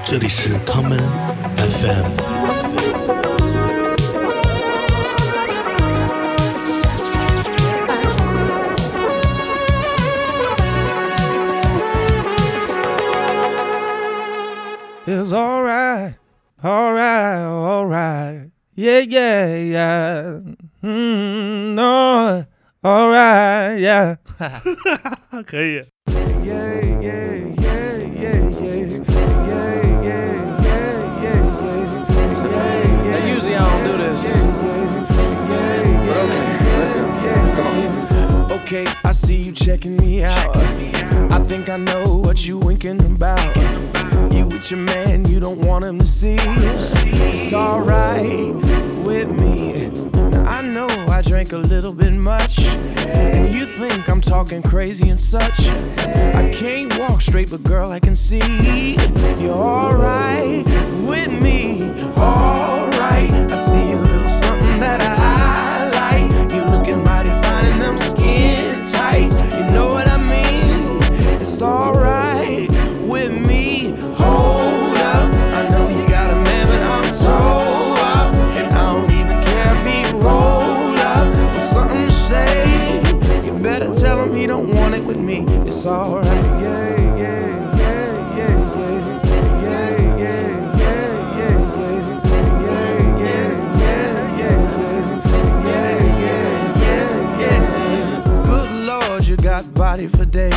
这里是 Common FM。It's alright, alright, alright, yeah, yeah, yeah. No, alright, yeah. 可以。Yeah, yeah, yeah, yeah, yeah, yeah, yeah, yeah, yeah. Usually I don't do this, but okay, let's go. Come on. Okay, I see you checking me out. I think I know what you winking about. You with your man, you don't want him to see. It's alright with me. Now I know I drank a little bit much, and you think I'm talking crazy and such. I can't walk straight, but girl, I can see you're alright with me. Alright, I see a little something that I like. You looking mighty fine in them skin tights. You know what I mean? It's alright with me. Hold up, I know you got a man, but I'm toe up, and I don't even care if he roll up with something to say. You better tell him he don't want it with me. It's alright, yeah, yeah, yeah, yeah, yeah, yeah, yeah, yeah, yeah, yeah, yeah, yeah. Good Lord, you got body for days.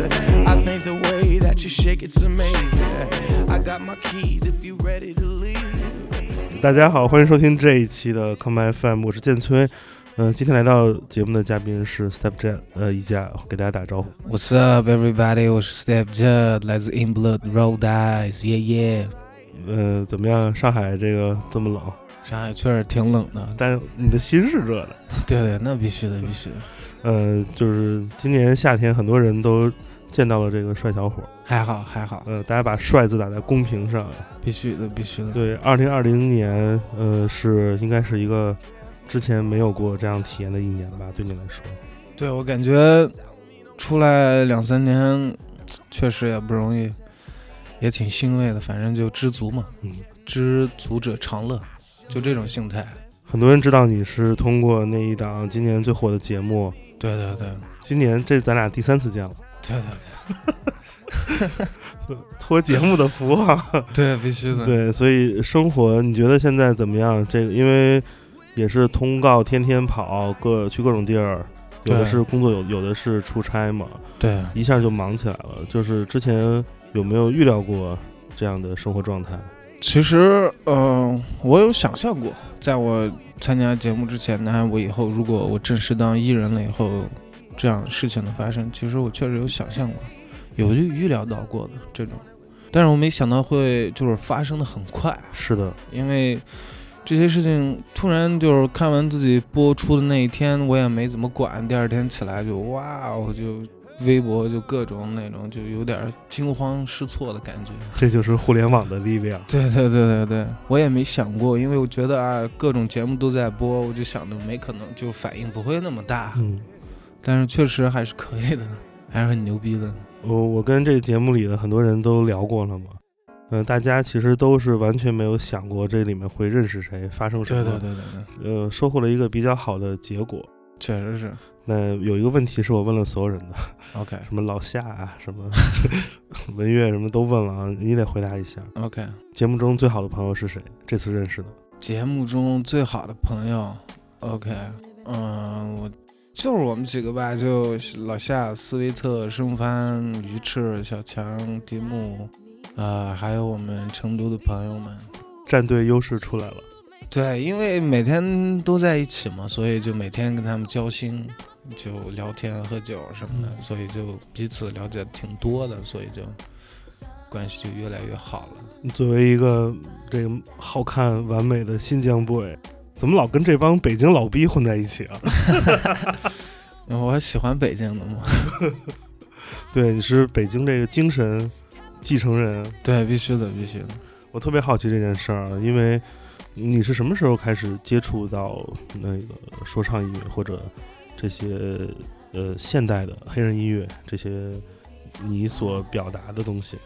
I think the way that you shake it's amazing. I got my keys if you ready to leave. 大家好，欢迎收听这一期的 Come FM， 我是建崔。今天来到节目的嘉宾是 Step Jet， 一家给大家打招呼。 What's up, everybody？ 我是 Step Jet， 来自 In Blood Roll Dice， 耶耶。 怎么样？上海这个这么冷？ 上海确实挺冷的， 但你的心是热的。 对对，那必须的，必须的。 就是今年夏天，很多人都见到了这个帅小伙。 还好还好。 大家把帅字打在公屏上。 必须的，必须的。 对，2020年，是应该是一个之前没有过这样体验的一年吧，对你来说。 对，我感觉出来2-3年，确实也不容易，也挺欣慰的。反正就知足嘛，知足者常乐，就这种心态。 很多人知道你是通过那一档今年最火的节目。 对对对。 今年这咱俩第3次见了。 对对对。托节目的福啊。 对，必须的。 对，所以生活你觉得现在怎么样？这个因为也是通告天天跑，去各种地儿，有的是工作，有的是出差嘛。 对， 一下就忙起来了。就是之前有没有预料过这样的生活状态？ 其实我有想象过，在我参加节目之前呢，我以后如果我正式当艺人了以后，这样事情的发生，其实我确实有想象过，有预料到过的这种，但是我没想到会就是发生的很快。 是的， 因为这些事情突然就是看完自己播出的那一天，我也没怎么管，第二天起来就哇，我就微博就各种那种，就有点惊慌失措的感觉。 这就是互联网的力量。 对对对对对，我也没想过，因为我觉得各种节目都在播，我就想着没可能，就反应不会那么大。但是确实还是可以的，还是很牛逼的。 我跟这个节目里的很多人都聊过了嘛。大家其实都是完全没有想过这里面会认识谁，发生什么。 对对对对。 收获了一个比较好的结果。 确实是。 那有一个问题是我问了所有人的。 OK。 什么老夏啊，什么文月什么都问了啊，你得回答一下。 OK。 节目中最好的朋友是谁？这次认识的。 节目中最好的朋友 ，OK。我就是我们几个吧，就老夏、斯维特、盛帆、鱼翅、小强、迪木。还有我们成都的朋友们， 战队优势出来了。 对，因为每天都在一起嘛，所以就每天跟他们交心，就聊天喝酒什么的，所以就彼此了解挺多的，所以就关系就越来越好了。 作为一个这个好看完美的新疆 boy， 怎么老跟这帮北京老逼混在一起啊？ 我喜欢北京的嘛。 对，你是北京这个精神继承人。对， 必须的必须的。 我特别好奇这件事儿，因为你是什么时候开始接触到那个说唱音乐或者这些现代的黑人音乐，这些你所表达的东西？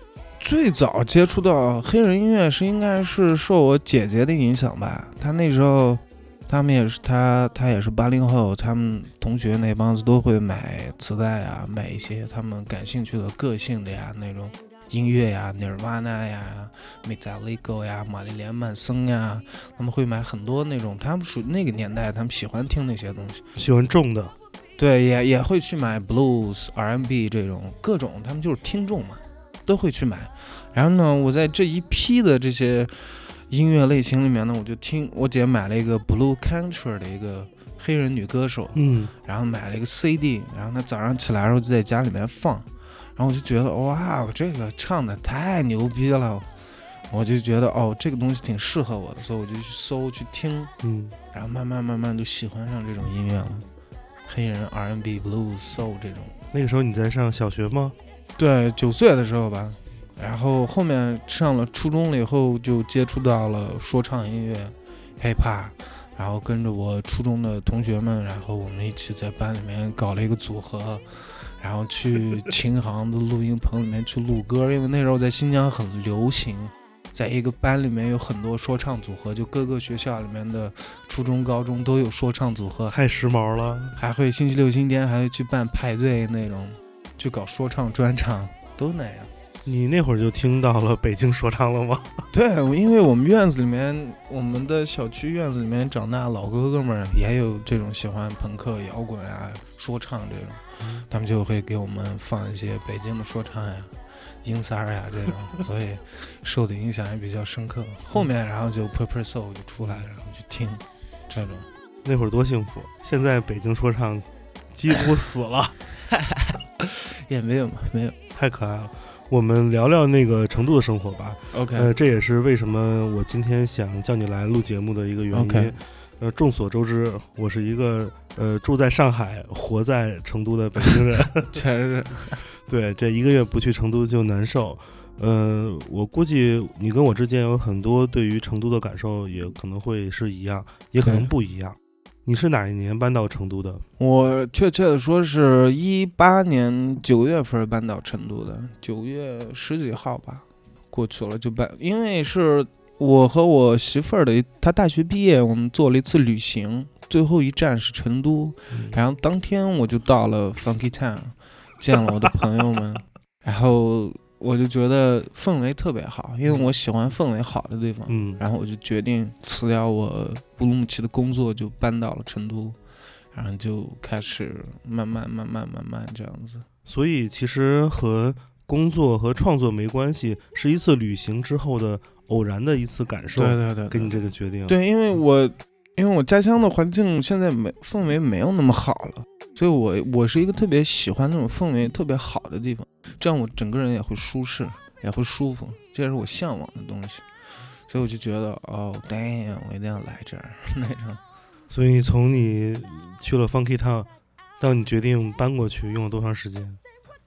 最早接触到黑人音乐应该是受我姐姐的影响吧。她那时候，他们也是她也是80后，他们同学那帮子都会买磁带啊，买一些他们感兴趣的个性的呀那种音乐呀，Nirvana 呀、Metallica 呀、玛丽莲曼森呀，他们会买很多那种，他们属于那个年代，他们喜欢听那些东西， 喜欢重的。 对，也会去买 blues、R&B 这种各种，他们就是听众嘛，都会去买。然后呢，我在这一批的这些音乐类型里面呢，我就听我姐买了一个 Blue Country 的一个黑人女歌手，然后买了一个 CD， 然后她早上起来的时候就在家里面放，然后我就觉得哇，这个唱的太牛逼了，我就觉得这个东西挺适合我的，所以我就去搜去听，然后慢慢就喜欢上这种音乐了。黑人 R&B、Blues、Soul 这种。 那个时候你在上小学吗？ 对，9岁的时候吧。然后后面上了初中了以后，就接触到了说唱音乐 Hip-Hop， 然后跟着我初中的同学们，然后我们一起在班里面搞了一个组合，然后去琴行的录音棚里面去录歌，因为那时候在新疆很流行。在一个班里面有很多说唱组合，就各个学校里面的初中高中都有说唱组合， 太时髦了。还会星期六星期天还会去办派对那种，去搞说唱专场，都那样。 你那会儿就听到了北京说唱了吗？ 对，因为我们院子里面，我们的小区院子里面长大老哥哥们也有这种喜欢朋克摇滚啊说唱这种，他们就会给我们放一些北京的说唱呀英三儿呀这种，所以受的影响也比较深刻。后面然后就 Purple Soul 就出来，然后去听这种。 那会儿多幸福！现在北京说唱几乎死了。 也没有， 太可爱了。我们聊聊那个成都的生活吧。 OK， 这也是为什么我今天想叫你来录节目的一个原因。 Okay. 众所周知，我是一个住在上海、活在成都的北京人。 确实是。 对，这1个月不去成都就难受。我估计你跟我之间有很多对于成都的感受，也可能会是一样，也可能不一样。你是哪一年搬到成都的？ 我确切的说是18年9月份搬到成都的，9月10几号吧，过去了就搬。因为是我和我媳妇儿的，她大学毕业，我们做了一次旅行，最后一站是成都，然后当天我就到了 Funky Town， 见了我的朋友们，然后我就觉得氛围特别好，因为我喜欢氛围好的地方，然后我就决定辞掉我乌鲁木齐的工作，就搬到了成都，然后就开始慢慢这样子。 所以其实和工作和创作没关系，是一次旅行之后的偶然的一次感受， 对， 给你这个决定。 对，因为我家乡的环境现在氛围没有那么好了，所以我是一个特别喜欢那种氛围特别好的地方，这样我整个人也会舒适，也会舒服，这也是我向往的东西。所以我就觉得damn， 我一定要来这儿那种。 所以从你去了 Funky Town 到你决定搬过去，用了多长时间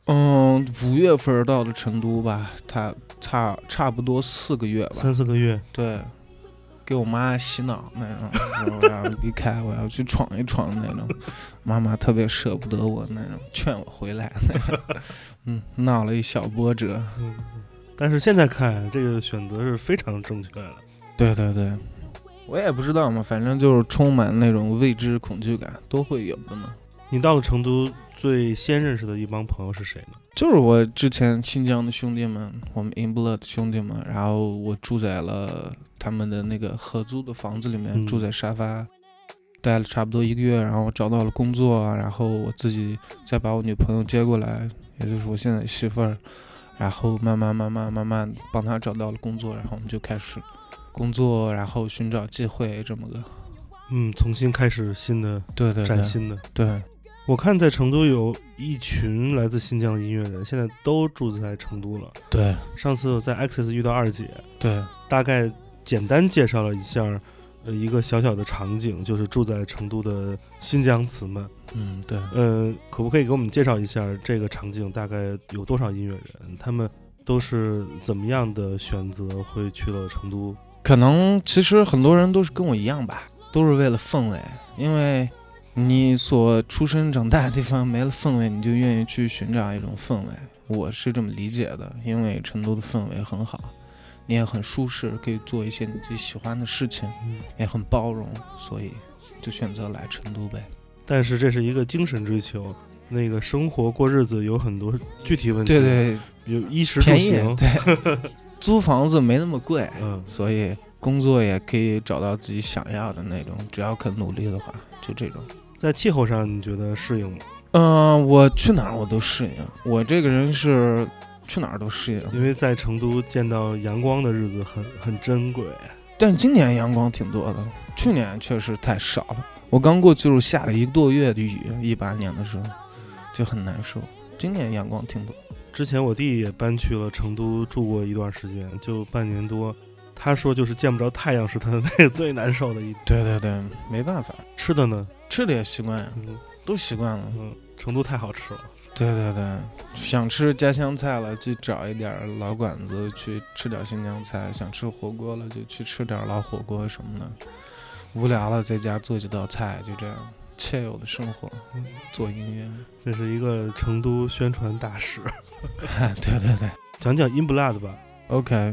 ？5月份到了成都吧，它差不多4个月吧 ，3-4个月。 对，给我妈洗脑那种，我要离开，我要去闯一闯那种。妈妈特别舍不得我那种，劝我回来那种。闹了一小波折。 但是现在看这个选择是非常正确的。 对，我也不知道嘛，反正就是充满那种未知恐惧感，都会有的嘛。 你到了成都，最先认识的一帮朋友是谁呢？ 就是我之前新疆的兄弟们，我们 In Blood 的兄弟们，然后我住在了他们的那个合租的房子里面，住在沙发，待了差不多1个月，然后找到了工作，然后我自己再把我女朋友接过来，也就是我现在媳妇儿，然后慢慢帮她找到了工作，然后我们就开始工作，然后寻找机会这么个， 重新开始新的， 对， 崭新的， 对。 我看在成都有一群来自新疆的音乐人，现在都住在成都了。 对， 上次在 Access 遇到二姐， 对， 大概简单介绍了一下，一个小小的场景，就是住在成都的新疆词们。 对。 可不可以给我们介绍一下这个场景大概有多少音乐人？他们都是怎么样的选择会去了成都？可能其实很多人都是跟我一样吧，都是为了氛围，因为你所出生长大的地方没了氛围，你就愿意去寻找一种氛围，我是这么理解的。因为成都的氛围很好，你也很舒适，可以做一些你自己喜欢的事情，也很包容，所以就选择来成都呗。 但是这是一个精神追求，那个生活过日子有很多具体问题， 对对， 有衣食住行， 对，租房子没那么贵， 所以工作也可以找到自己想要的那种，只要肯努力的话，就这种。 在气候上你觉得适应吗？ 我去哪儿我都适应，我这个人是去哪儿都适应， 因为在成都见到阳光的日子很珍贵。 但今年阳光挺多的，去年确实太少了。我刚过就是下了1个多月的雨，18年的时候就很难受。今年阳光挺多。 之前我弟也搬去了成都住过一段时间，就半年多。他说就是见不着太阳是他那个最难受的一点。 对对对，没办法。 吃的呢？ 吃的也习惯呀，都习惯了。 成都太好吃了。 对对对，想吃家乡菜了就找一点老馆子去吃点新疆菜，想吃火锅了就去吃点老火锅什么的，无聊了在家做几道菜，就这样惬意的生活，做音乐。 这是一个成都宣传大使。 对对对， 讲讲 In Blood 吧。 OK，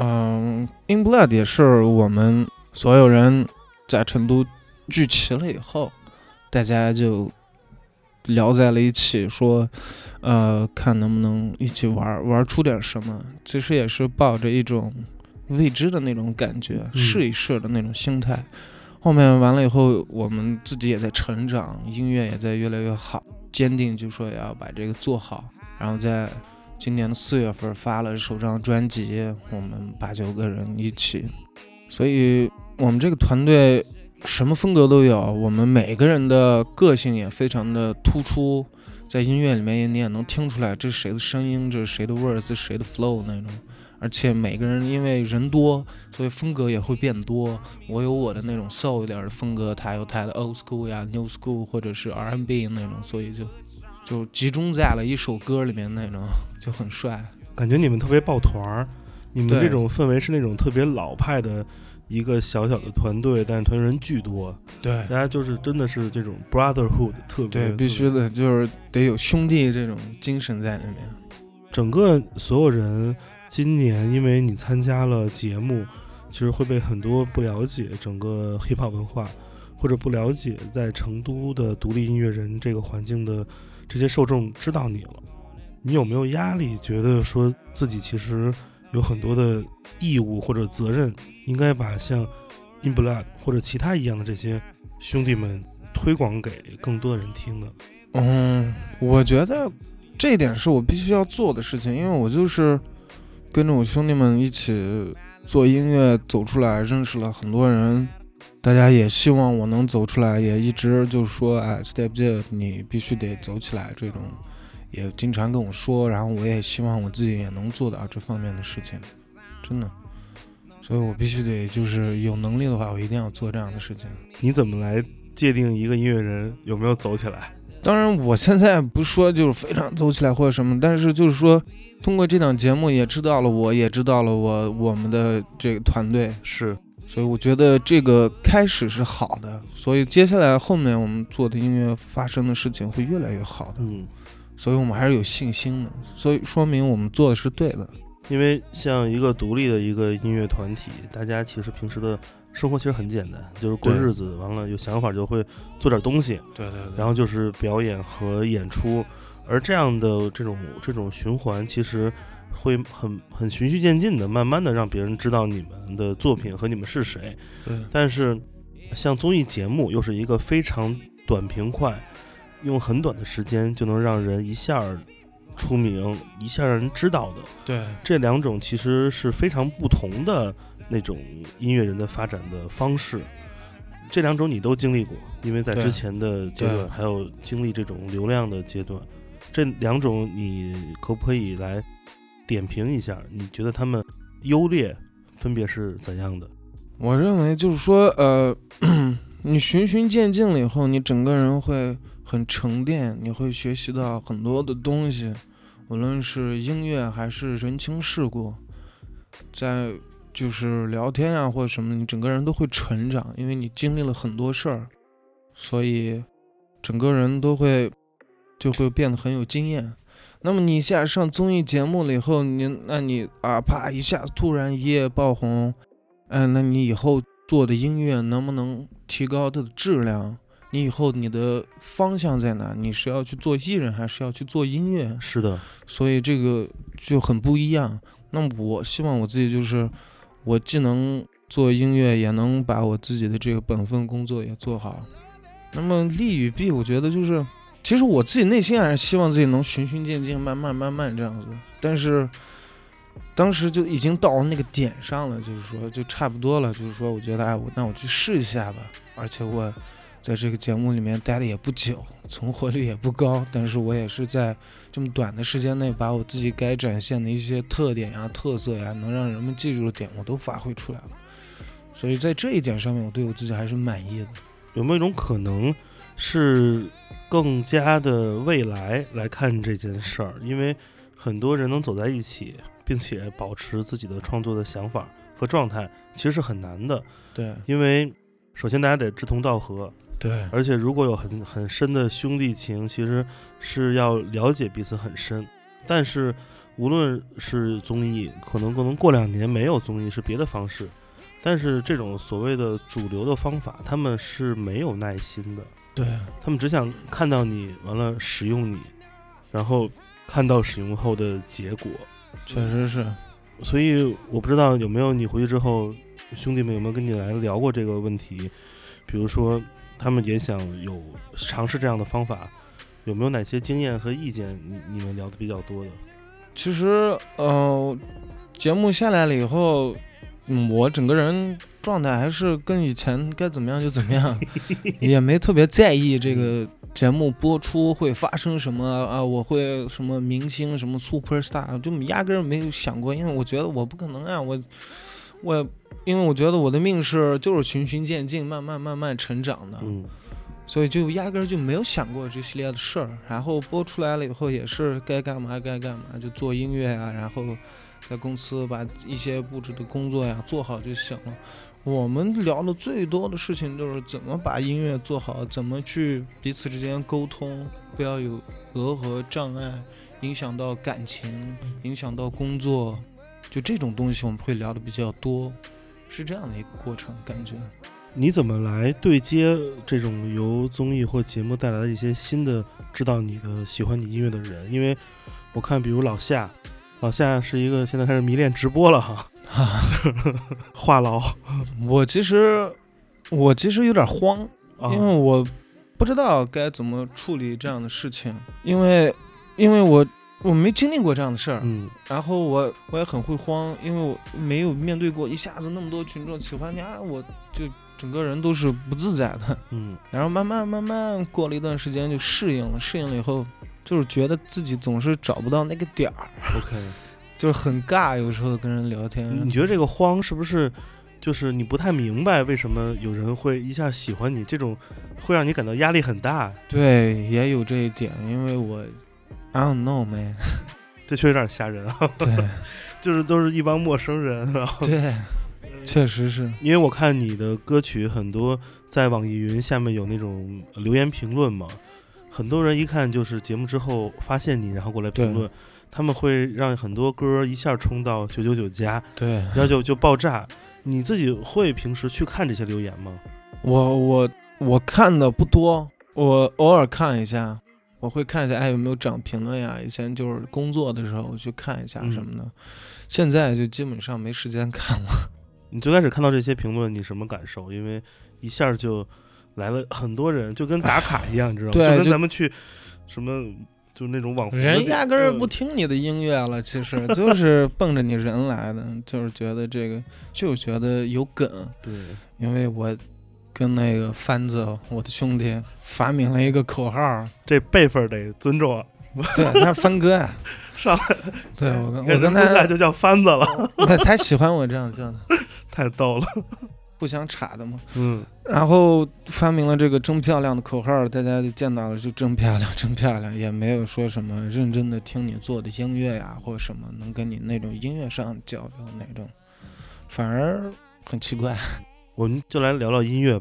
In Blood 也是我们所有人在成都聚齐了以后，大家就聊在了一起，说看能不能一起玩出点什么。其实也是抱着一种未知的那种感觉，试一试的那种心态。后面完了以后，我们自己也在成长，音乐也在越来越好，坚定就说要把这个做好。然后在今年的4月份发了首张专辑，我们8、9个人一起，所以我们这个团队什么风格都有，我们每个人的个性也非常的突出，在音乐里面你也能听出来这是谁的声音，这是谁的 words， 这是谁的 flow 那种。而且每个人因为人多，所以风格也会变多。我有我的那种 soul 一点的风格，他有他的 old school 呀 new school 或者是 R&B 那种，所以就集中在了一首歌里面那种，就很帅。 感觉你们特别抱团，你们这种氛围是那种特别老派的一个小小的团队，但是团队人巨多， 对， 大家就是真的是这种 brotherhood， 特别对，必须的，就是得有兄弟这种精神在里面。 整个所有人今年因为你参加了节目，其实会被很多不了解整个 hiphop 文化，或者不了解在成都的独立音乐人这个环境的这些受众知道你了。你有没有压力，觉得说自己其实有很多的义务或者责任，应该把像 In Blood 或者其他一样的这些兄弟们推广给更多的人听呢？ 我觉得这一点是我必须要做的事情，因为我就是跟着我兄弟们一起做音乐走出来，认识了很多人，大家也希望我能走出来，也一直就说Step J 你必须得走起来，这种也经常跟我说，然后我也希望我自己也能做到这方面的事情，真的，所以我必须得就是有能力的话，我一定要做这样的事情。 你怎么来界定一个音乐人有没有走起来？ 当然我现在不说就是非常走起来或者什么，但是就是说通过这档节目也知道了我，也知道了我们的这个团队， 是， 所以我觉得这个开始是好的，所以接下来后面我们做的音乐发生的事情会越来越好的。所以我们还是有信心的，所以说明我们做的是对的。 因为像一个独立的一个音乐团体，大家其实平时的生活其实很简单，就是过日子，完了有想法就会做点东西， 对， 然后就是表演和演出，而这样的这种循环其实会很循序渐进的，慢慢的让别人知道你们的作品和你们是谁。 对， 但是像综艺节目又是一个非常短平快，用很短的时间就能让人一下出名，一下让人知道的。 对， 这两种其实是非常不同的那种音乐人的发展的方式。这两种你都经历过，因为在之前的阶段还有经历这种流量的阶段，这两种你可不可以来点评一下，你觉得他们优劣分别是怎样的？ 我认为就是说你循序渐进了以后，你整个人会很沉淀，你会学习到很多的东西，无论是音乐还是人情世故，在就是聊天啊或者什么，你整个人都会成长，因为你经历了很多事儿，所以整个人就会变得很有经验。那么你一下上综艺节目了以后，那你啪一下突然一夜爆红，那你以后做的音乐能不能提高它的质量？你以后你的方向在哪？你是要去做艺人还是要去做音乐？ 是的， 所以这个就很不一样。那么我希望我自己就是我既能做音乐，也能把我自己的这个本分工作也做好。那么利与弊，我觉得就是其实我自己内心还是希望自己能循序渐进，慢慢这样子。但是当时就已经到了那个点上了，就是说就差不多了，就是说我觉得那我去试一下吧。而且我在这个节目里面待的也不久，存活率也不高，但是我也是在这么短的时间内把我自己该展现的一些特点呀、特色呀，能让人们记住的点我都发挥出来了。所以在这一点上面，我对我自己还是满意的。 有没有一种可能是更加的未来来看这件事儿？因为很多人能走在一起，并且保持自己的创作的想法和状态，其实是很难的。 对， 因为首先大家得志同道合， 对， 而且如果有很深的兄弟情，其实是要了解彼此很深。但是无论是综艺，可能过2年没有综艺，是别的方式。但是这种所谓的主流的方法，他们是没有耐心的。 对， 他们只想看到你完了使用你，然后看到使用后的结果。 确实是。 所以我不知道有没有你回去之后，兄弟们有没有跟你来聊过这个问题？比如说他们也想有尝试这样的方法，有没有哪些经验和意见你们聊的比较多的？ 其实节目下来了以后，我整个人状态还是跟以前该怎么样就怎么样，也没特别在意这个节目播出会发生什么我会什么明星什么 super star， 就压根儿没有想过，因为我觉得我不可能啊，因为我觉得我的命就是循序渐进，慢慢成长的，所以就压根儿就没有想过这系列的事儿。然后播出来了以后也是该干嘛就做音乐啊，然后在公司把一些布置的工作呀做好就行了。我们聊的最多的事情就是怎么把音乐做好，怎么去彼此之间沟通，不要有隔阂障碍，影响到感情，影响到工作，就这种东西我们会聊的比较多，是这样的一个过程感觉。 你怎么来对接这种由综艺或节目带来的一些新的知道你的喜欢你音乐的人？因为我看比如老夏是一个现在开始迷恋直播了哈，话痨。 我其实有点慌，因为我不知道该怎么处理这样的事情，因为我没经历过这样的事儿，然后我也很会慌，因为我没有面对过一下子那么多群众喜欢你我就整个人都是不自在的，然后慢慢过了一段时间就适应了以后，就是觉得自己总是找不到那个点儿 ，OK， 就是很尬，有时候跟人聊天。 你觉得这个慌是不是就是你不太明白为什么有人会一下喜欢你，这种会让你感到压力很大？ 对，也有这一点，因为我 I don't know man， 这确实有点吓人啊。 对， 就是都是一帮陌生人，然后对。确实是， 因为我看你的歌曲很多在网易云下面有那种留言评论嘛，很多人一看就是节目之后发现你，然后过来评论，他们会让很多歌一下冲到999加， 对， 然后就爆炸。你自己会平时去看这些留言吗？ 我看的不多，我偶尔看一下，我会看一下有没有涨评论呀，以前就是工作的时候我去看一下什么的，现在就基本上没时间看了。 你最开始看到这些评论你什么感受？因为一下就来了很多人，就跟打卡一样，你知道吗？ 对， 就跟咱们去什么就那种网红人压根儿不听你的音乐了，其实就是奔着你人来的，就是觉得这个就觉得有梗。 对， 因为我跟那个番子我的兄弟发明了一个口号， 这辈分得尊重啊。 对，他是番哥呀， 上来， 对我跟他就叫番子了， 他喜欢我这样叫的， 太逗了， 不想插的嘛。然后发明了这个真漂亮的口号，大家就见到了就真漂亮，也没有说什么认真的听你做的音乐呀，或者什么能跟你那种音乐上交流那种，反而很奇怪。 我们就来聊聊音乐吧。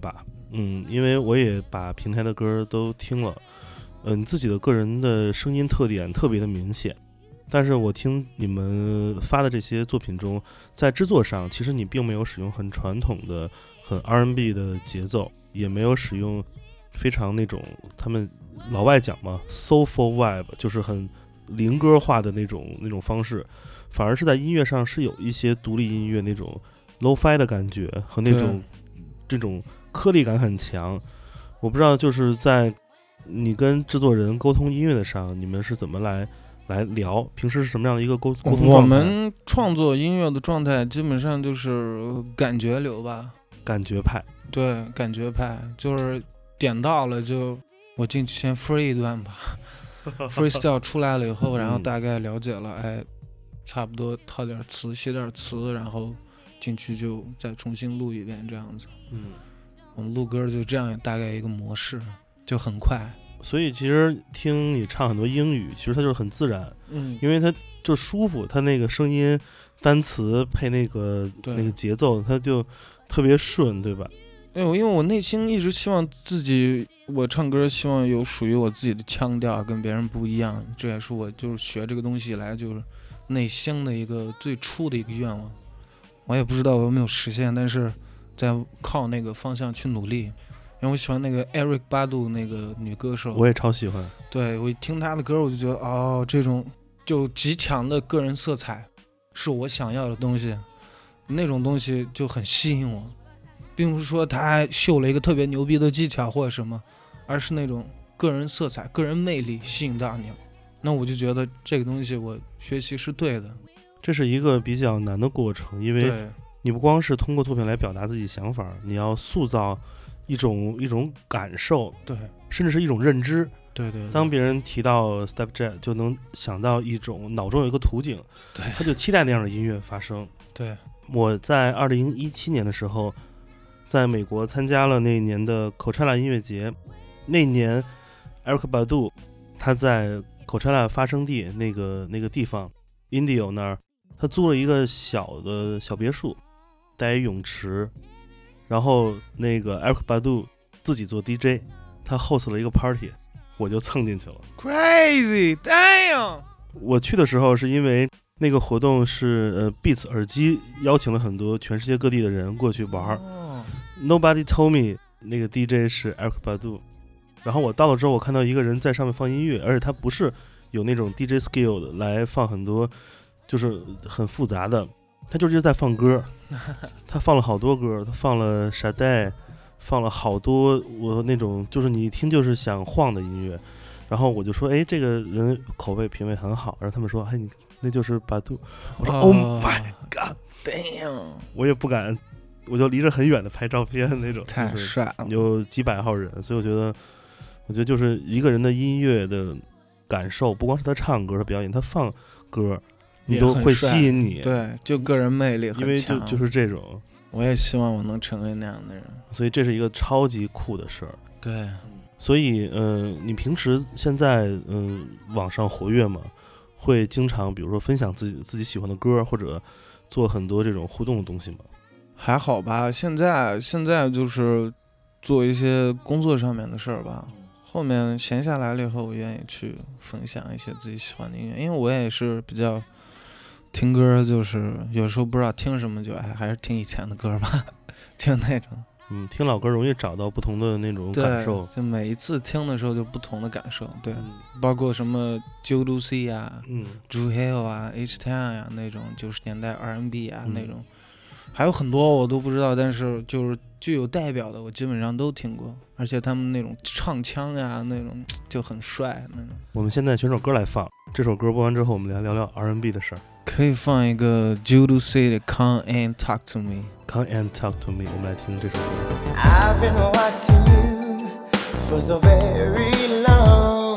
因为我也把平台的歌都听了，你自己的个人的声音特点特别的明显，但是我听你们发的这些作品中，在制作上其实你并没有使用很传统的很 R&B 的节奏，也没有使用非常那种他们老外讲嘛 soulful vibe， 就是很灵歌化的那种方式，反而是在音乐上是有一些独立音乐那种 lo-fi 的感觉和那种这种颗粒感很强。我不知道就是在你跟制作人沟通音乐的上，你们是怎么来聊，平时是什么样的一个沟通状态？ 我们创作音乐的状态基本上就是感觉流吧， 感觉派。 对，感觉派就是点到了就我进去先 free 一段吧freestyle 出来了以后，然后大概了解了，差不多套点词写点词，然后进去就再重新录一遍这样子。我们录歌就这样大概一个模式，就很快。 所以其实听你唱很多英语，其实它就是很自然，因为它就舒服，它那个声音单词配那个节奏，它就特别顺，对吧？ 因为我内心一直希望自己，我唱歌希望有属于我自己的腔调，跟别人不一样，这也是我就是学这个东西以来就是内心的一个最初的一个愿望。我也不知道我有没有实现，但是在靠那个方向去努力。因为我喜欢那个 Eric Badu 那个女歌手， 我也超喜欢。 对，我一听她的歌我就觉得这种就极强的个人色彩是我想要的东西，那种东西就很吸引我，并不是说她秀了一个特别牛逼的技巧或者什么，而是那种个人色彩个人魅力吸引到你了，那我就觉得这个东西我学习是对的。 这是一个比较难的过程，因为你不光是通过作品来表达自己想法，你要塑造一种感受， 对， 甚至是一种认知。 对， 当别人提到 Stepjet 就能想到一种脑中有一个图景， 对， 他就期待那样的音乐发生。 对， 我在2017年的时候在美国参加了那年的 Coachella 音乐节，那年 Eric Badu 他在 Coachella 发生地那个地方 Indio 那儿，他租了一个小别墅，带一泳池，然后那个 Eric Badu 自己做 DJ， 他 host 了一个 party， 我就蹭进去了。 Crazy damn！ 我去的时候是因为那个活动是Beats 耳机邀请了很多全世界各地的人过去玩。Nobody told me 那个 DJ 是 Eric Badu， 然后我到了之后，我看到一个人在上面放音乐，而且他不是有那种 DJ skill 的来放很多就是很复杂的，他就是在放歌他放了好多歌，他放了 Sade， 放了好多我那种就是你一听就是想晃的音乐，然后我就说这个人口味品味很好，然后他们说你那就是百度，我说 Oh my God damn， 我也不敢，我就离着很远的拍照片那种， 太帅了， 有几百号人，所以我觉得就是一个人的音乐的感受，不光是他唱歌他表演，他放歌你都会吸引你， 对，就个人魅力很强， 因为就是这种， 我也希望我能成为那样的人， 所以这是一个超级酷的事儿。 对， 所以你平时现在网上活跃吗？会经常比如说分享自己喜欢的歌，或者做很多这种互动的东西吗？ 还好吧，现在就是做一些工作上面的事儿吧。后面闲下来了以后，我愿意去分享一些自己喜欢的音乐，因为我也是比较听歌，就是有时候不知道听什么，就还是听以前的歌吧，就那种。 听老歌容易找到不同的那种感受， 就每一次听的时候就不同的感受，对，包括什么 Jodeci 啊，Dru Hill 啊 H-Town 啊那种90年代 R&B 啊那种，还有很多我都不知道，但是就是具有代表的我基本上都听过，而且他们那种唱腔呀那种就很帅那种。我们现在选首歌来放，这首歌播完之后我们来聊聊 R&B 的事儿。 可以放一个 Jodeci 的 Come and Talk to Me。 Come and Talk to Me， 我们来听这首歌。 I've been watching you for so very long,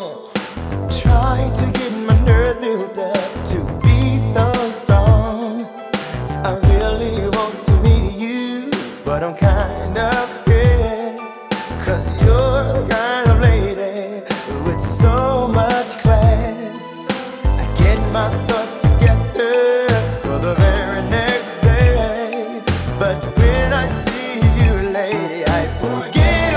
trying to get my nerve built up to be so strong. I really want to meet you, but I'm kind of scared, 'cause you're the kind of lady with so much class. I get my thoughts together for the very next day, but when I see you, lady, I forget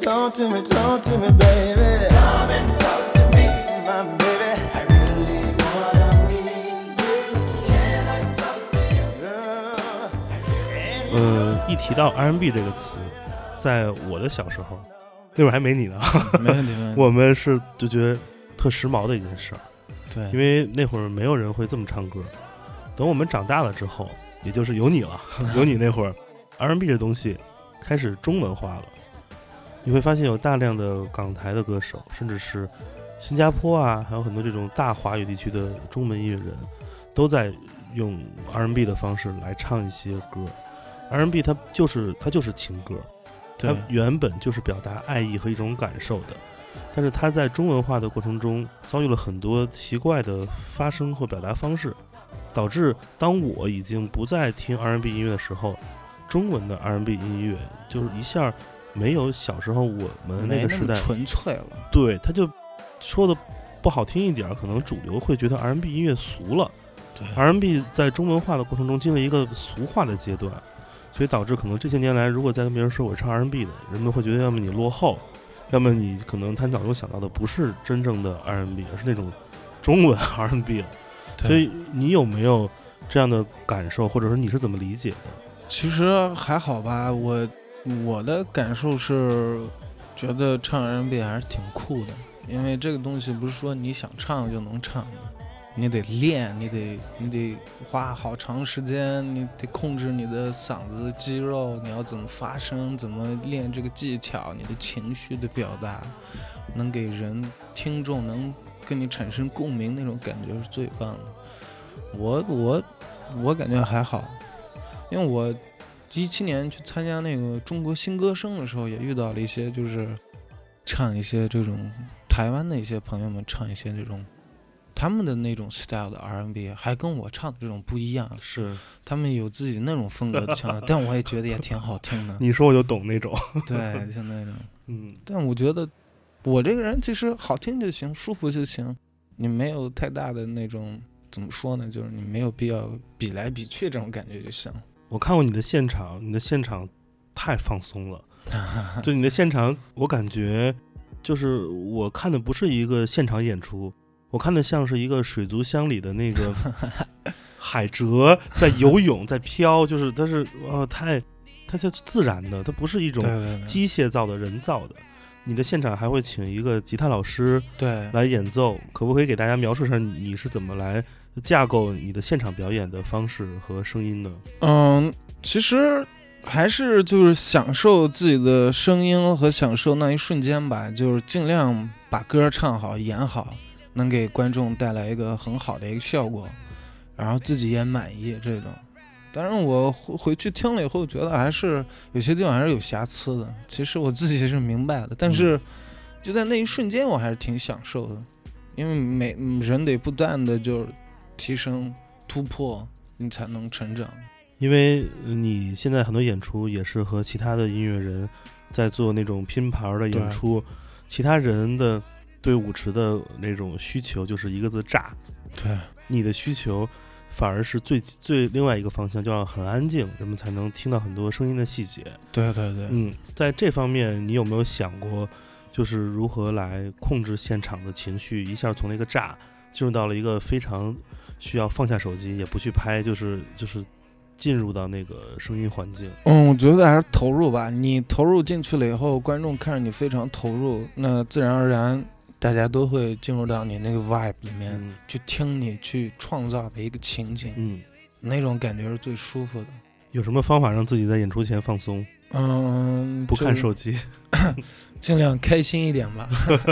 talk to me, baby. Come and talk to me, my baby. I really wanna meet you. Can I talk to you? 一提到 R&B 这个词，在我的小时候，那会儿还没你呢， 没问题。 我们是就觉得特时髦的一件事儿， 对， 因为那会儿没有人会这么唱歌。等我们长大了之后，也就是有你了，有你那会儿 R&B 这东西开始中文化了，你会发现有大量的港台的歌手，甚至是新加坡啊，还有很多这种大华语地区的中文音乐人，都在用 R&B 的方式来唱一些歌。R&B 它就是情歌，它原本就是表达爱意和一种感受的，但是它在中文化的过程中遭遇了很多奇怪的发声或表达方式，导致当我已经不再听 R&B 音乐的时候，中文的 R&B 音乐就是一下没有小时候我们那个时代纯粹了。对， 他就说的不好听一点，可能主流会觉得 R&B 音乐俗了。 对 ，R&B 在中文化的过程中经历一个俗化的阶段，所以导致可能这些年来，如果再跟别人说我唱 R&B 的，人们会觉得要么你落后，要么你可能他脑中想到的不是真正的 R&B， 而是那种中文 R&B 了。所以你有没有这样的感受，或者说你是怎么理解的？ 其实还好吧，我的感受是觉得唱 R&B 还是挺酷的，因为这个东西不是说你想唱就能唱的，你得练，你得花好长时间，你得控制你的嗓子肌肉，你要怎么发声，怎么练这个技巧，你的情绪的表达，能给人听众能跟你产生共鸣，那种感觉是最棒的。我感觉还好，因为我17年去参加那个中国新歌声的时候，也遇到了一些就是唱一些这种台湾的一些朋友们唱一些这种他们的那种 style 的 R&B， 还跟我唱的这种不一样， 是他们有自己那种风格的唱，但我也觉得也挺好听的。 你说我就懂那种， 对，像那种，但我觉得我这个人其实好听就行，舒服就行，你没有太大的那种怎么说呢，就是你没有必要比来比去这种感觉就行。 我看过你的现场，你的现场太放松了，就你的现场，我感觉就是我看的不是一个现场演出，我看的像是一个水族箱里的那个海蜇在游泳在飘，就是它是它是自然的，它不是一种机械造的人造的。你的现场还会请一个吉他老师来演奏，可不可以给大家描述一下你是怎么来架构你的现场表演的方式和声音呢？ 其实还是就是享受自己的声音和享受那一瞬间吧，就是尽量把歌唱好演好，能给观众带来一个很好的一个效果，然后自己也满意这种。当然我回去听了以后觉得还是有些地方还是有瑕疵的，其实我自己是明白的，但是就在那一瞬间我还是挺享受的，因为人得不断的就是提升突破，你才能成长。 因为你现在很多演出也是和其他的音乐人在做那种拼盘的演出，其他人的对舞池的那种需求就是一个字炸， 对， 你的需求反而是最另外一个方向，就要很安静，人们才能听到很多声音的细节。 对对对， 在这方面你有没有想过，就是如何来控制现场的情绪，一下从那个炸进入到了一个非常需要放下手机也不去拍，就是进入到那个声音环境？ 我觉得还是投入吧。你投入进去了以后，观众看着你非常投入，那自然而然大家都会进入到你那个 vibe 里面，去听你去创造的一个情景，那种感觉是最舒服的。 有什么方法让自己在演出前放松？不看手机， 尽量开心一点吧。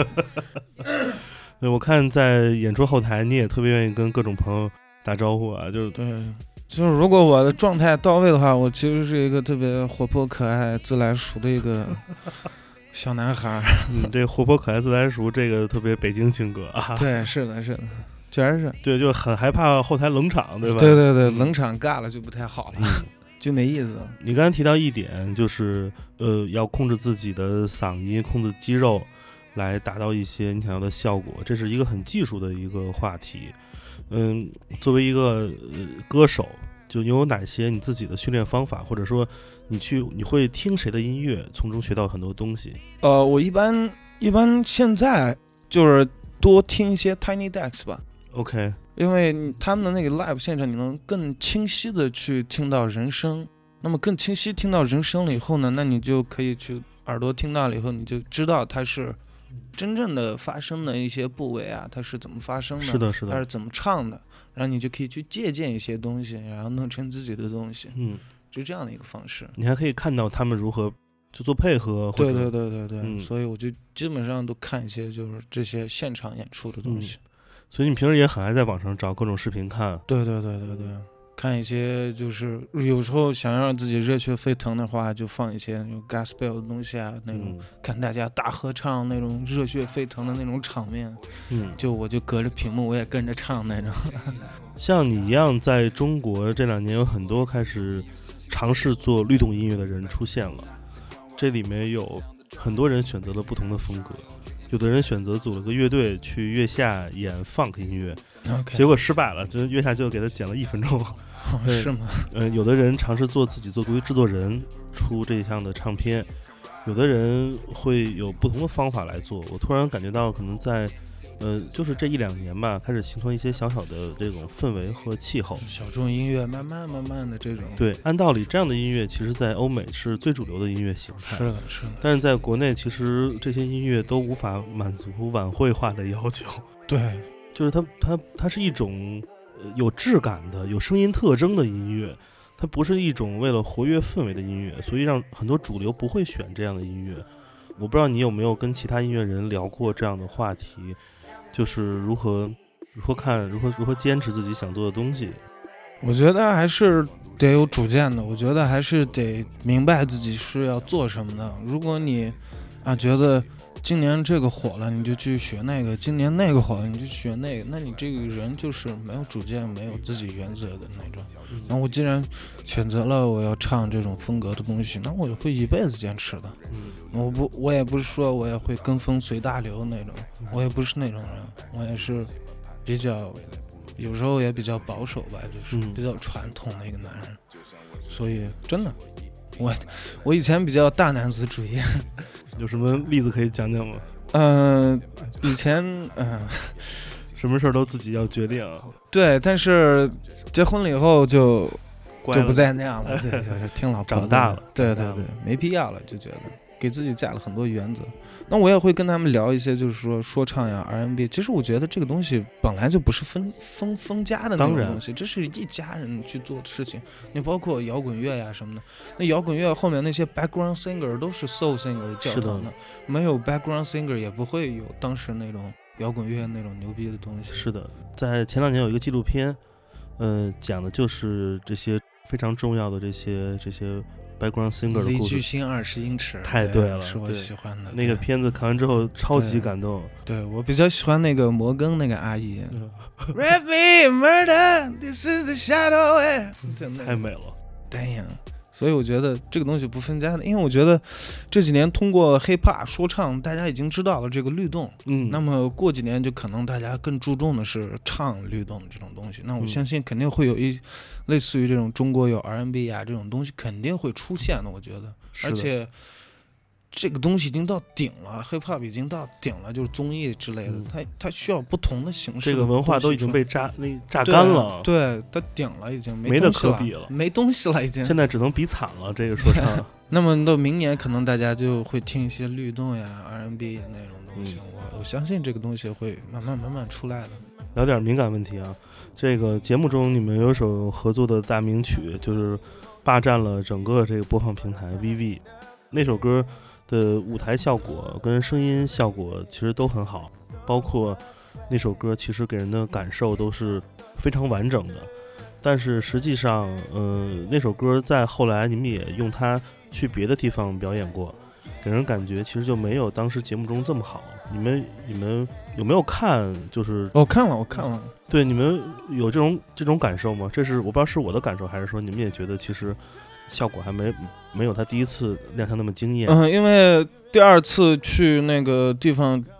对，我看在演出后台，你也特别愿意跟各种朋友打招呼啊，就是对，就是如果我的状态到位的话，我其实是一个特别活泼可爱、自来熟的一个小男孩。 这活泼可爱、自来熟，这个特别北京性格啊。 对，是的，是的，确实是。 对，就很害怕后台冷场，对吧？ 对对对，冷场尬了就不太好了，就没意思。 你刚才提到一点，就是要控制自己的嗓音，控制肌肉，来达到一些你想要的效果，这是一个很技术的一个话题。作为一个歌手， 就你有哪些你自己的训练方法，或者说你会听谁的音乐，从中学到很多东西？ 我一般现在就是多听一些 Tiny Desk 吧。 OK， 因为他们的那个 live 现场，你能更清晰的去听到人声。那么更清晰听到人声了以后呢，那你就可以去耳朵听到了以后，你就知道它是真正的发生的一些部位啊，它是怎么发生的， 是的，是的， 它是怎么唱的，然后你就可以去借鉴一些东西，然后弄成自己的东西。就这样的一个方式。 你还可以看到他们如何就做配合。 对，所以我就基本上都看一些就是这些现场演出的东西。 所以你平时也很爱在网上找各种视频看。 对，看一些就是有时候想让自己热血沸腾的话，就放一些那种 gospel 的东西啊，那种看大家大合唱那种热血沸腾的那种场面，我就隔着屏幕我也跟着唱那种。 像你一样，在中国这2年有很多开始尝试做律动音乐的人出现了，这里面有很多人选择了不同的风格。有的人选择组了个乐队去月下演 funk 音乐，结果失败了，就是月下就给他剪了1分钟。 是吗？ 有的人尝试自己做独立制作人，出这项的唱片，有的人会有不同的方法来做。我突然感觉到，可能在就是这1-2年吧，开始形成一些小小的这种氛围和气候。 小众音乐慢慢的这种。 对，按道理这样的音乐，其实在欧美是最主流的音乐形态。 是的。 但是在国内，其实这些音乐都无法满足晚会化的要求。 对， 就是它是一种有质感的、有声音特征的音乐，它不是一种为了活跃氛围的音乐，所以让很多主流不会选这样的音乐。我不知道你有没有跟其他音乐人聊过这样的话题，就是如何坚持自己想做的东西。 我觉得还是得有主见的，我觉得还是得明白自己是要做什么的。如果你觉得今年这个火了，你就去学那个；今年那个火了，你就学那个。那你这个人就是没有主见、没有自己原则的那种。那我既然选择了我要唱这种风格的东西，那我会一辈子坚持的。我也不是说我也会跟风随大流那种，我也不是那种人，我也是比较有时候也比较保守吧，就是比较传统的一个男人。所以真的，我以前比较大男子主义。 有什么例子可以讲讲吗？ 以前什么事儿都自己要决定。 对，但是结婚了以后就不再那样了。对，就是听老婆长大了。 对，没必要了，就觉得给自己加了很多原则。那我也会跟他们聊一些，就是说唱呀 R&B。其实我觉得这个东西本来就不是分家的那种东西，这是一家人去做的事情。你包括摇滚乐呀什么的，那摇滚乐后面那些 background singer 都是 soul singer 教堂的，没有 background singer 也不会有当时那种摇滚乐那种牛逼的东西。 是的，在前2年有一个纪录片，讲的就是这些非常重要的这些background singer 的故事。 离巨星20英尺， 太对了， 是我喜欢的。 那个片子看完之后超级感动。 对，我比较喜欢那个摩根那个阿姨。Rap me murder, this is the shadow. 太美了。 对呀，所以我觉得这个东西不分家的，因为我觉得这几年通过 hiphop 说唱，大家已经知道了这个律动。那么过几年就可能大家更注重的是唱律动这种东西。那我相信肯定会有类似于这种中国有 R&B 啊这种东西肯定会出现的，我觉得。而且这个东西已经到顶了 ，hiphop 已经到顶了，就是综艺之类的，它需要不同的形式。 这个文化都已经被榨干了， 对，它顶了，已经没得可比了， 没东西了，已经。 现在只能比惨了，这个说唱。 那么到明年，可能大家就会听一些律动呀、R&B 那种东西。我相信这个东西会慢慢出来的。 聊点敏感问题啊，这个节目中你们有首合作的大名曲，就是霸占了整个这个播放平台 VV， 那首歌的舞台效果跟声音效果其实都很好，包括那首歌其实给人的感受都是非常完整的。但是实际上那首歌在后来你们也用它去别的地方表演过，给人感觉其实就没有当时节目中这么好。你们有没有看？就是我看了。 对，你们有这种感受吗？这是我不知道是我的感受，还是说你们也觉得其实效果还没有他第一次亮相那么惊艳？ 因为第2次去那个地方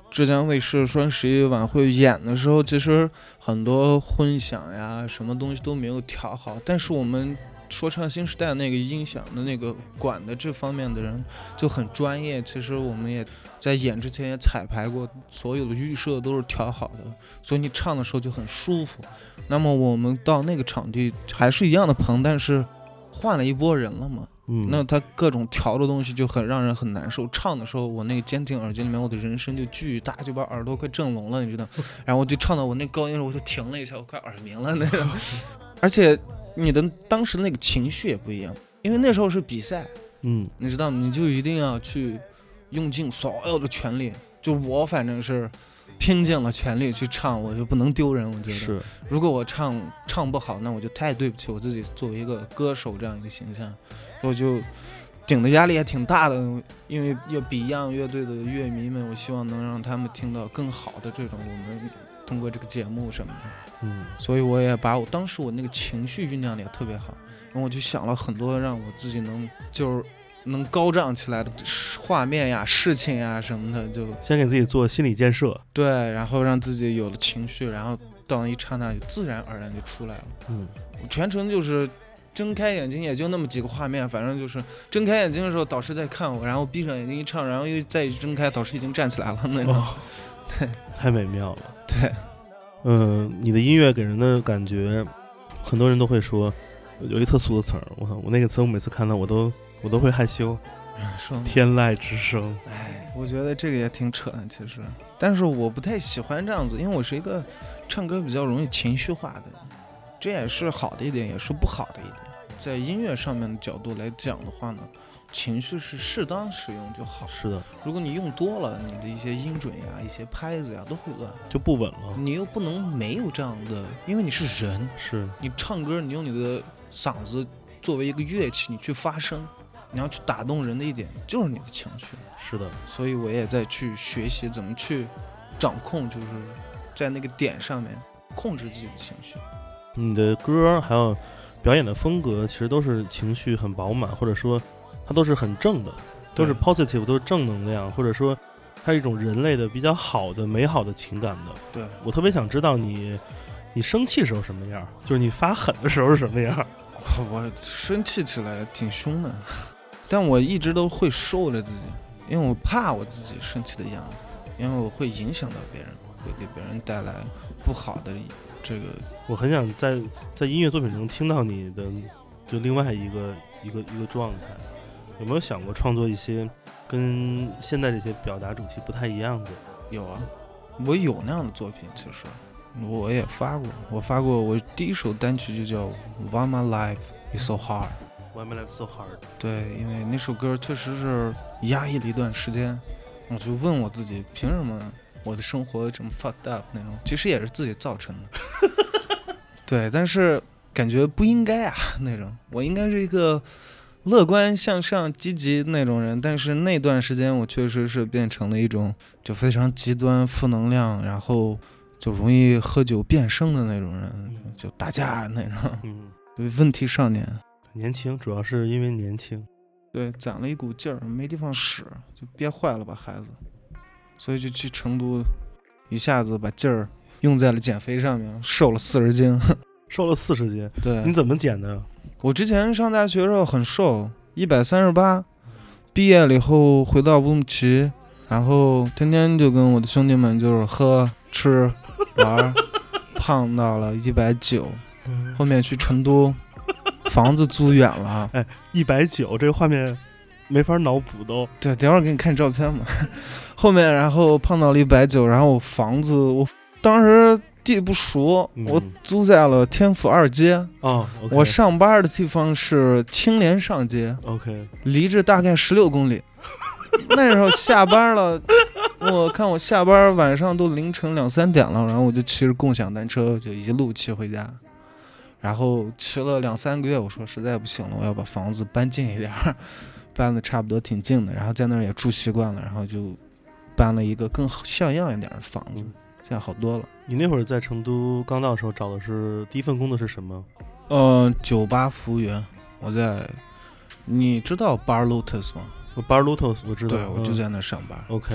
浙江卫视双11晚会演的时候，其实很多混响呀，什么东西都没有调好，但是我们说唱新时代那个音响的那个管的这方面的人就很专业。其实我们也在演之前也彩排过，所有的预设都是调好的，所以你唱的时候就很舒服。那么我们到那个场地还是一样的棚，但是换了一波人了嘛。那他各种调的东西就很让人很难受。唱的时候，我那个监听耳机里面，我的人声就巨大，就把耳朵快震聋了，你知道。然后我就唱到我那高音的时候，我就停了一下，我快耳鸣了那种。而且你的当时的那个情绪也不一样，因为那时候是比赛，你知道吗？你就一定要去用尽所有的全力。就我反正是拼尽了全力去唱，我就不能丢人。我觉得是， 如果我唱不好，那我就太对不起我自己作为一个歌手这样一个形象。我就顶的压力也挺大的，因为要Beyond乐队的乐迷们，我希望能让他们听到更好的这种我们通过这个节目什么的。所以我也把我当时我那个情绪酝酿的也特别好，然后我就想了很多让我自己能高涨起来的画面呀、事情呀什么的，就先给自己做心理建设。 对，然后让自己有了情绪，然后到一刹那就自然而然就出来了。我全程就是睁开眼睛也就那么几个画面，反正就是睁开眼睛的时候导师在看我，然后闭上眼睛一唱，然后又再睁开，导师已经站起来了那种。对， 太美妙了。 对， 你的音乐给人的感觉，很多人都会说有一特俗的词儿，我那个词我每次看到我都会害羞。天籁之声。 我觉得这个也挺扯的其实，但是我不太喜欢这样子，因为我是一个唱歌比较容易情绪化的人，这也是好的一点，也是不好的一点。在音乐上面的角度来讲的话呢，情绪是适当使用就好。 是的， 如果你用多了，你的一些音准呀、一些拍子呀都会乱， 就不稳了。 你又不能没有这样的，因为你是人， 是你唱歌，你用你的嗓子作为一个乐器，你去发声，你要去打动人的一点就是你的情绪。 是的， 所以我也在去学习怎么去掌控，就是在那个点上面控制自己的情绪。 你的歌还有表演的风格其实都是情绪很饱满，或者说它都是很正的，都是 positive， 都是正能量，或者说它是一种人类的比较好的美好的情感的。 对， 我特别想知道你生气时候什么样，就是你发狠的时候是什么样。 我生气起来挺凶的，但我一直都会收着自己，因为我怕我自己生气的样子，因为我会影响到别人，会给别人带来不好的这个。 我很想在音乐作品中听到你的就另外一个状态。有没有想过创作一些跟现在这些表达主题不太一样的？ 有啊，我有那样的作品，其实我也发过，我第一首单曲就叫 Why My Life Is So Hard。Why My Life So Hard。 对，因为那首歌确实是压抑了一段时间，我就问我自己，凭什么我的生活这么 fucked up 那种，其实也是自己造成的。对，但是感觉不应该啊，那种我应该是一个乐观向上积极那种人，但是那段时间我确实是变成了一种就非常极端负能量，然后就容易喝酒变声的那种人，就打架那种。对，问题少年， 年轻，主要是因为年轻。 对，攒了一股劲儿，没地方使，就憋坏了吧孩子，所以就去成都，一下子把劲儿用在了减肥上面，瘦了40斤。 瘦了40斤？ 对。 你怎么减的？ 我之前上大学的时候很瘦，138，毕业了以后回到乌鲁木齐，然后天天就跟我的兄弟们就是喝吃玩，胖到了190，后面去成都，房子租远了。 190这个画面没法脑补都。 对，等会儿给你看照片嘛。后面然后胖到了190，然后房子我当时地不熟，我租在了天府2街。我上班的地方是青莲上街。离这大概16公里。那时候下班了，我看我下班晚上都凌晨2、3点了，然后我就骑着共享单车就一路骑回家，然后骑了2、3个月，我说实在不行了，我要把房子搬近一点，搬的差不多挺近的，然后在那儿也住习惯了，然后就搬了一个更像样一点的房子。现在好多了。 你那会儿在成都刚到的时候找的是第一份工作是什么？ 酒吧服务员。你知道 Bar Lotus 吗？ Bar Lotus 我知道。 对，我就在那上班。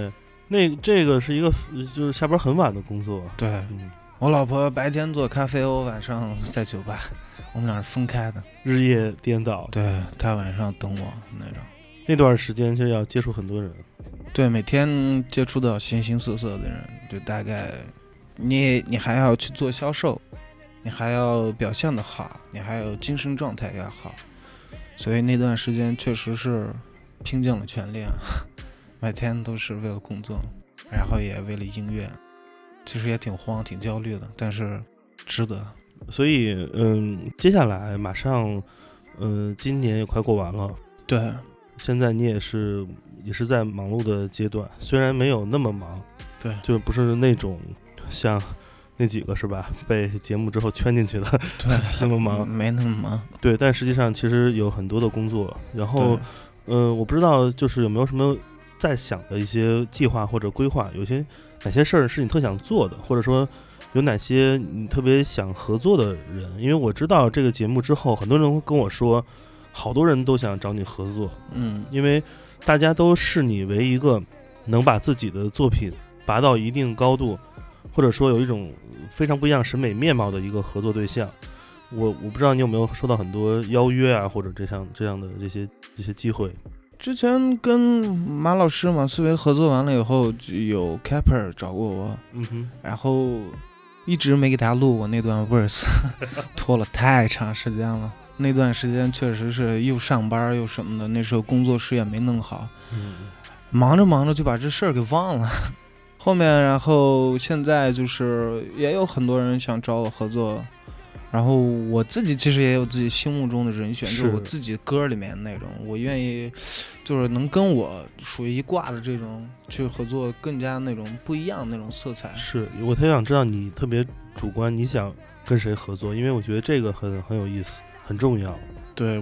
这个是一个就是下班很晚的工作。 对，我老婆白天做咖啡，我晚上在酒吧，我们俩是分开的， 日夜颠倒。 对，她晚上等我那种。 那段时间就要接触很多人。 对，每天接触到形形色色的人，就大概你还要去做销售，你还要表现得好，你还有精神状态要好，所以那段时间确实是拼尽了全力啊，每天都是为了工作，然后也为了音乐，其实也挺慌挺焦虑的，但是值得。 所以接下来马上今年也快过完了。 对， 现在你也是在忙碌的阶段，虽然没有那么忙， 对， 就不是那种像那几个是吧被节目之后圈进去的对那么忙， 没那么忙。 对，但实际上其实有很多的工作。然后我不知道就是有没有什么在想的一些计划或者规划，有些哪些事儿是你特想做的，或者说有哪些你特别想合作的人。因为我知道这个节目之后，很多人会跟我说好多人都想找你合作，因为大家都视你为一个能把自己的作品拔到一定高度，或者说有一种非常不一样审美面貌的一个合作对象。我不知道你有没有收到很多邀约啊，或者这样的这些机会。 之前跟马老师马思维合作完了以后，就有 Capper 找过我，然后一直没给他录我那段 verse 拖了太长时间了。那段时间确实是又上班又什么的，那时候工作室也没弄好，忙着就把这事儿给忘了。后面然后现在就是也有很多人想找我合作，然后我自己其实也有自己心目中的人选，就是我自己歌里面那种，我愿意就是能跟我属于一挂的这种去合作，更加那种不一样那种色彩。 是我特别想知道你特别主观，你想跟谁合作？因为我觉得这个很有意思，很重要。 对，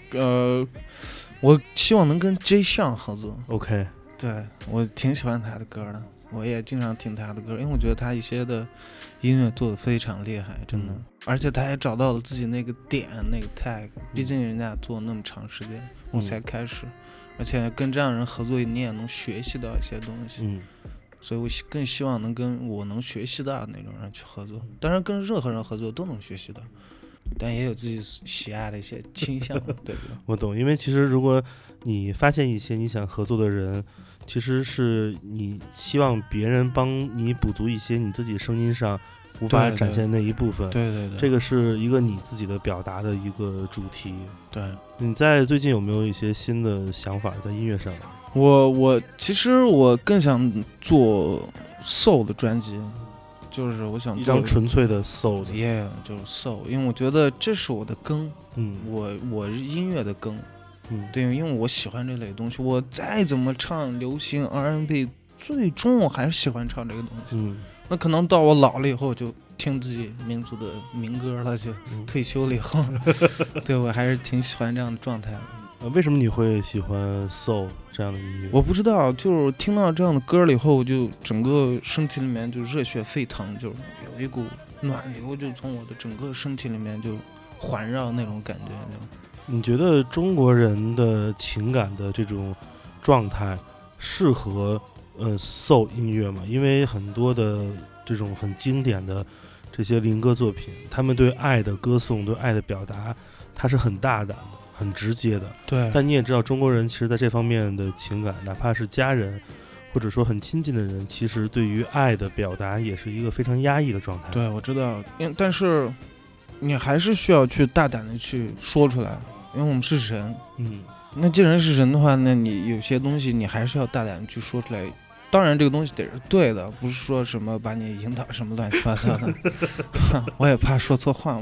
我希望能跟 J 项合作。 OK， 对，我挺喜欢他的歌的，我也经常听他的歌，因为我觉得他一些的音乐做得非常厉害，真的。而且他也找到了自己那个点，那个 tag， 毕竟人家做那么长时间，我才开始，而且跟这样人合作，你也能学习到一些东西。所以我更希望能跟我能学习到的那种人去合作，当然跟任何人合作都能学习到，但也有自己喜爱的一些倾向，对不对？ 我懂，因为其实如果你发现一些你想合作的人，其实是你希望别人帮你补足一些你自己声音上无法展现那一部分。 对， 这个是一个你自己的表达的一个主题。 对， 你在最近有没有一些新的想法在音乐上？ 我其实我更想做 soul 的专辑，就是我想做一张纯粹的 soul 的 ，yeah， 就是 soul， 因为我觉得这是我的根，我是音乐的根，对，因为我喜欢这类东西，我再怎么唱流行 R&B， 最终我还是喜欢唱这个东西。那可能到我老了以后就听自己民族的民歌了，就退休了以后，对，我还是挺喜欢这样的状态的。 为什么你会喜欢 soul 这样的音乐？ 我不知道，就是听到这样的歌了以后，就整个身体里面就热血沸腾，就有一股暖流就从我的整个身体里面就环绕那种感觉。 你觉得中国人的情感的这种状态适合soul 音乐吗？因为很多的这种很经典的这些灵歌作品，他们对爱的歌颂，对爱的表达，它是很大胆的，很直接的。 对， 但你也知道，中国人其实在这方面的情感，哪怕是家人或者说很亲近的人，其实对于爱的表达也是一个非常压抑的状态。 对，我知道，但是你还是需要去大胆的去说出来，因为我们是人。那既然是人的话，那你有些东西你还是要大胆的去说出来。当然这个东西得是对的，不是说什么把你引导什么乱七八糟的我也怕说错话嘛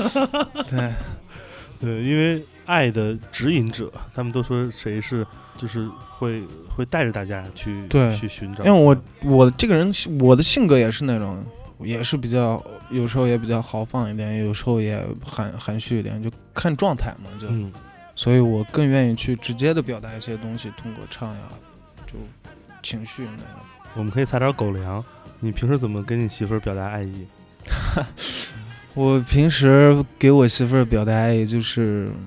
对，因为爱的指引者，他们都说谁是就是会带着大家去寻找。 因为我这个人，我的性格也是那种，也是比较有时候也比较豪放一点，有时候也含蓄一点，就看状态嘛，就所以我更愿意去直接的表达一些东西，通过唱呀，就情绪那种。 我们可以撒点狗粮。你平时怎么跟你媳妇儿表达爱意？ 我平时给我媳妇儿表达爱意就是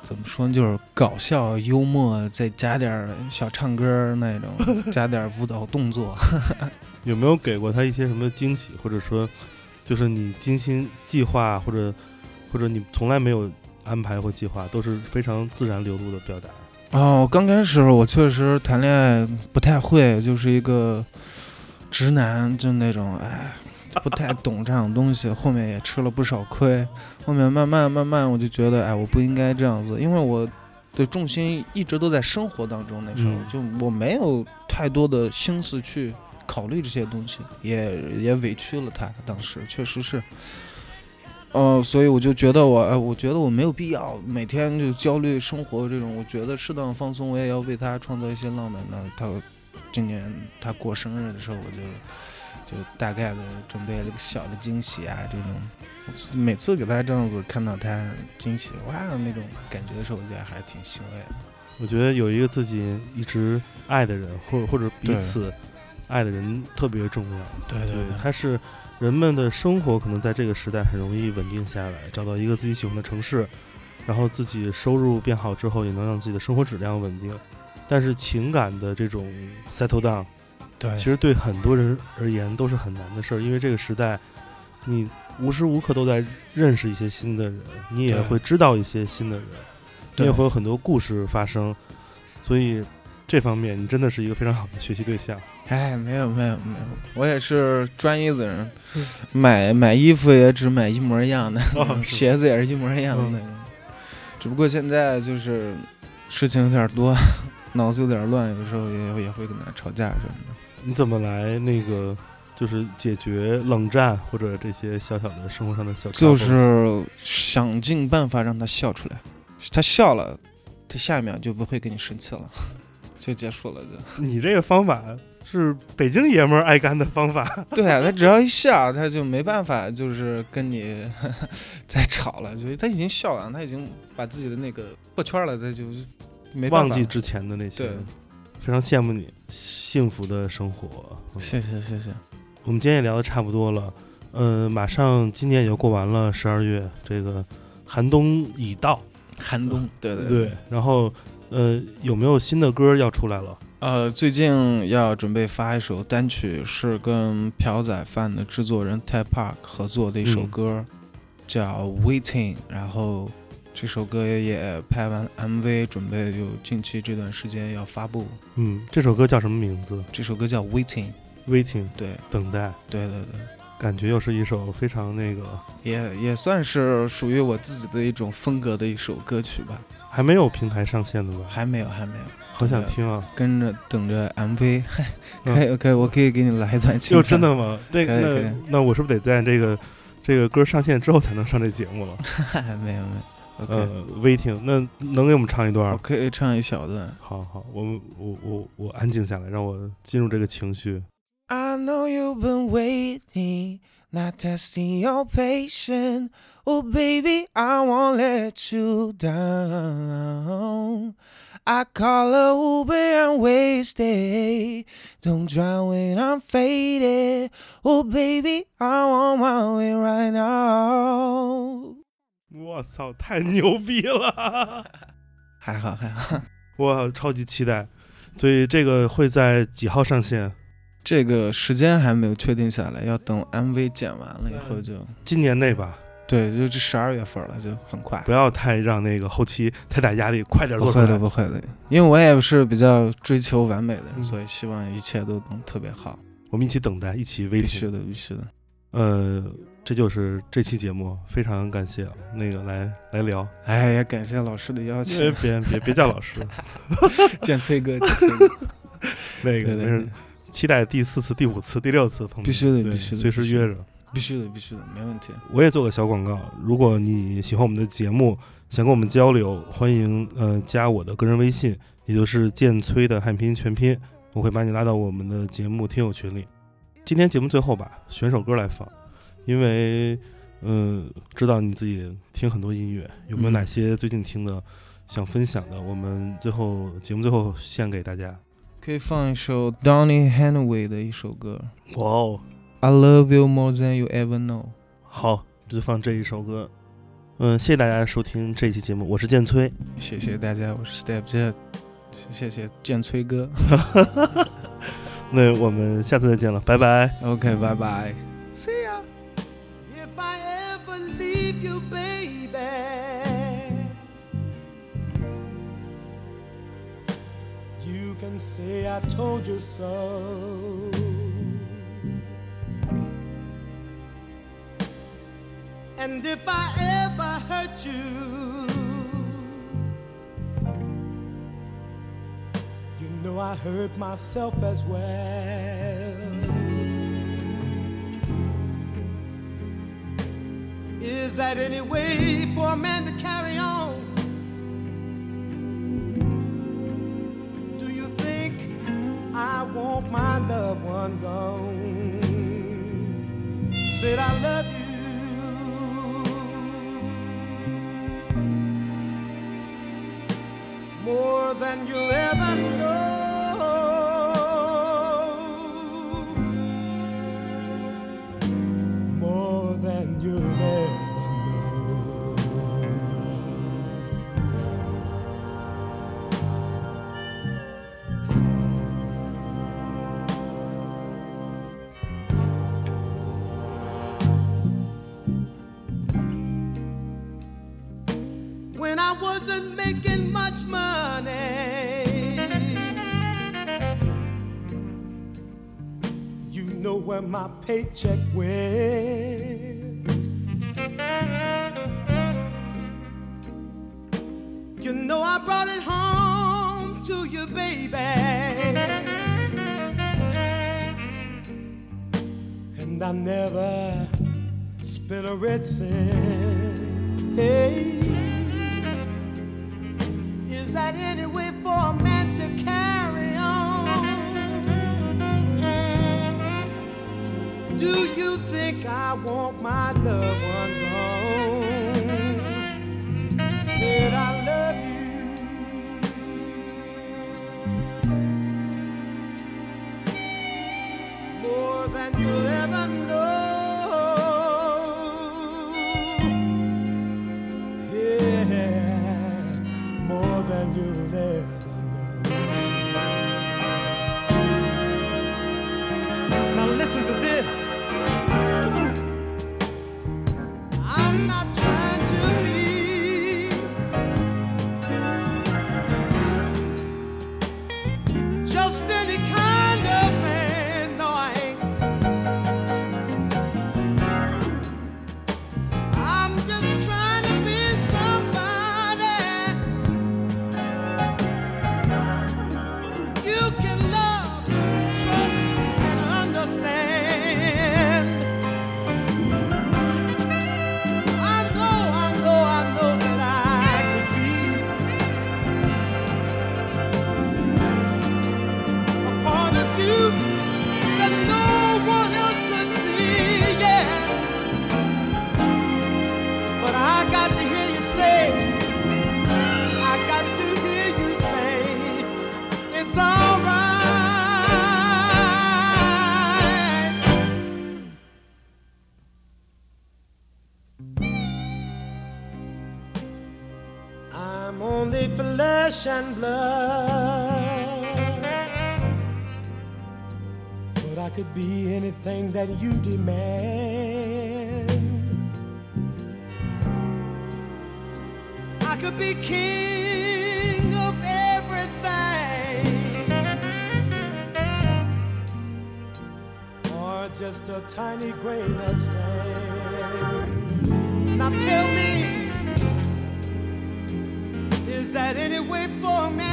怎么说呢，就是搞笑幽默，再加点小唱歌那种，加点舞蹈动作。 有没有给过他一些什么惊喜，或者说就是你精心计划，或者你从来没有安排或计划，都是非常自然流露的表达？ 哦，刚开始我确实谈恋爱不太会，就是一个直男，就那种不太懂这种东西。后面也吃了不少亏，后面慢慢我就觉得我不应该这样子，因为我的重心一直都在生活当中，那时候就我没有太多的心思去考虑这些东西，也委屈了他，当时确实是。所以我就觉得我觉得我没有必要每天就焦虑生活这种，我觉得适当的放松，我也要为他创造一些浪漫。那他今年他过生日的时候，我就大概的准备了个小的惊喜啊，这种每次给他这样子看到他惊喜那种感觉的时候，我觉得还是挺欣慰的。 我觉得有一个自己一直爱的人，或者彼此爱的人特别重要。 对， 他是人们的生活可能在这个时代很容易稳定下来，找到一个自己喜欢的城市，然后自己收入变好之后，也能让自己的生活质量稳定。但是情感的这种 settle down， 对， 其实对很多人而言都是很难的事儿，因为这个时代，你无时无刻都在认识一些新的人，你也会知道一些新的人，你也会有很多故事发生，所以这方面你真的是一个非常好的学习对象。 没有，我也是专一的人，买衣服也只买一模一样的，鞋子也是一模一样的那种。只不过现在就是事情有点多，脑子有点乱，有的时候也会跟他吵架什么的。 你怎么来就是解决冷战或者这些小小的生活上的小 troubles？ 就是想尽办法让他笑出来，他笑了，他下一秒就不会跟你生气了，就结束了就。 你这个方法是北京爷们儿爱干的方法。 对啊，他只要一笑，他就没办法，就是跟你再吵了，就他已经笑了，他已经把自己的那个破圈了，他就没办法忘记之前的那些。 对， 非常羡慕你幸福的生活。 谢谢。 我们今天也聊得差不多了，马上今年也就过完了12月，这个寒冬已到。 寒冬，对。 然后有没有新的歌要出来了？ 最近要准备发一首单曲，是跟朴宰范的制作人 Ted Park 合作的一首歌，叫 Waiting。然后这首歌也拍完 MV， 准备就近期这段时间要发布。 这首歌叫什么名字？ 这首歌叫 Waiting， 对，等待。 对， 感觉又是一首非常也算是属于我自己的一种风格的一首歌曲吧。 还没有平台上线的吧？ 还没有， 好想听啊！ 跟着等着 MV， 可以，我可以给你来一段情。 真的吗？那我是不是得在这个歌上线之后才能上这节目了？ 没有。 Waiting， 那能给我们唱一段？ 我可以唱一小段。 好，我安静下来，让我进入这个情绪。 I know you've been waiting, not testing your patience. Oh baby, I won't let you down. I call a Uber and wasted. Don't drown when I'm faded. Oh baby, I want my way right now. 我操，太牛逼了！ 还好， 我超级期待。所以这个会在几号上线？ 这个时间还没有确定下来，要等 MV 剪完了以后就今年内吧。 对，就这12月份了，就很快。 不要太让那个后期太大压力，快点做出来。 不会的，因为我也是比较追求完美的人，所以希望一切都能特别好。 我们一起等待，一起waiting。 必须的。 这就是这期节目，非常感谢来聊。 也感谢老师的邀请。 别叫老师， 见崔哥。 没事，期待第4次、第5次、第6次碰面。 必须的， 随时约着。 必须的，没问题。 我也做个小广告，如果你喜欢我们的节目，想跟我们交流，欢迎加我的个人微信，也就是建崔的汉拼全拼，我会把你拉到我们的节目听友群里。今天节目最后吧，选首歌来放，因为知道你自己听很多音乐，有没有哪些最近听的想分享的？我们节目最后献给大家。 可以放一首 Donny Hathaway 的一首歌。 哇哦！ I love you more than you ever know。 好，就放这一首歌。 谢谢大家收听这一期节目，我是建崔。 谢谢大家，我是 Step Jet， 谢谢建崔哥。 那我们下次再见了，拜拜。 OK， 拜拜。 See ya. If I ever leave you, baby, you can say I told you so. And if I ever hurt you, you know I hurt myself as well. Is that any way for a man to carry on? Do you think I want my loved one gone? Said I love you more than you'll ever know, more than you'll ever know. When I wasn't making much money, you know where my paycheck went. You know I brought it home to you, baby, and I never spent a red cent. Hey, is that any way for a man to carry on? Do you think I want my loved one gone? Said I love you more than you'll ever know. Yeah, more than you'll ever know. Now listen to this. I'm not trying to be just any kind of man. No, I ain't. I'm just trying to be somebody you can love, trust, and understand. I know that I could be a part of you that no one else could see, yeah. But I got to hear you say, I got to hear you say, it's alright. I'm only flesh and blood, but I could be anything that you demand. I could be king of everything, or just a tiny grain of sand. Now tell me, is that any way for a man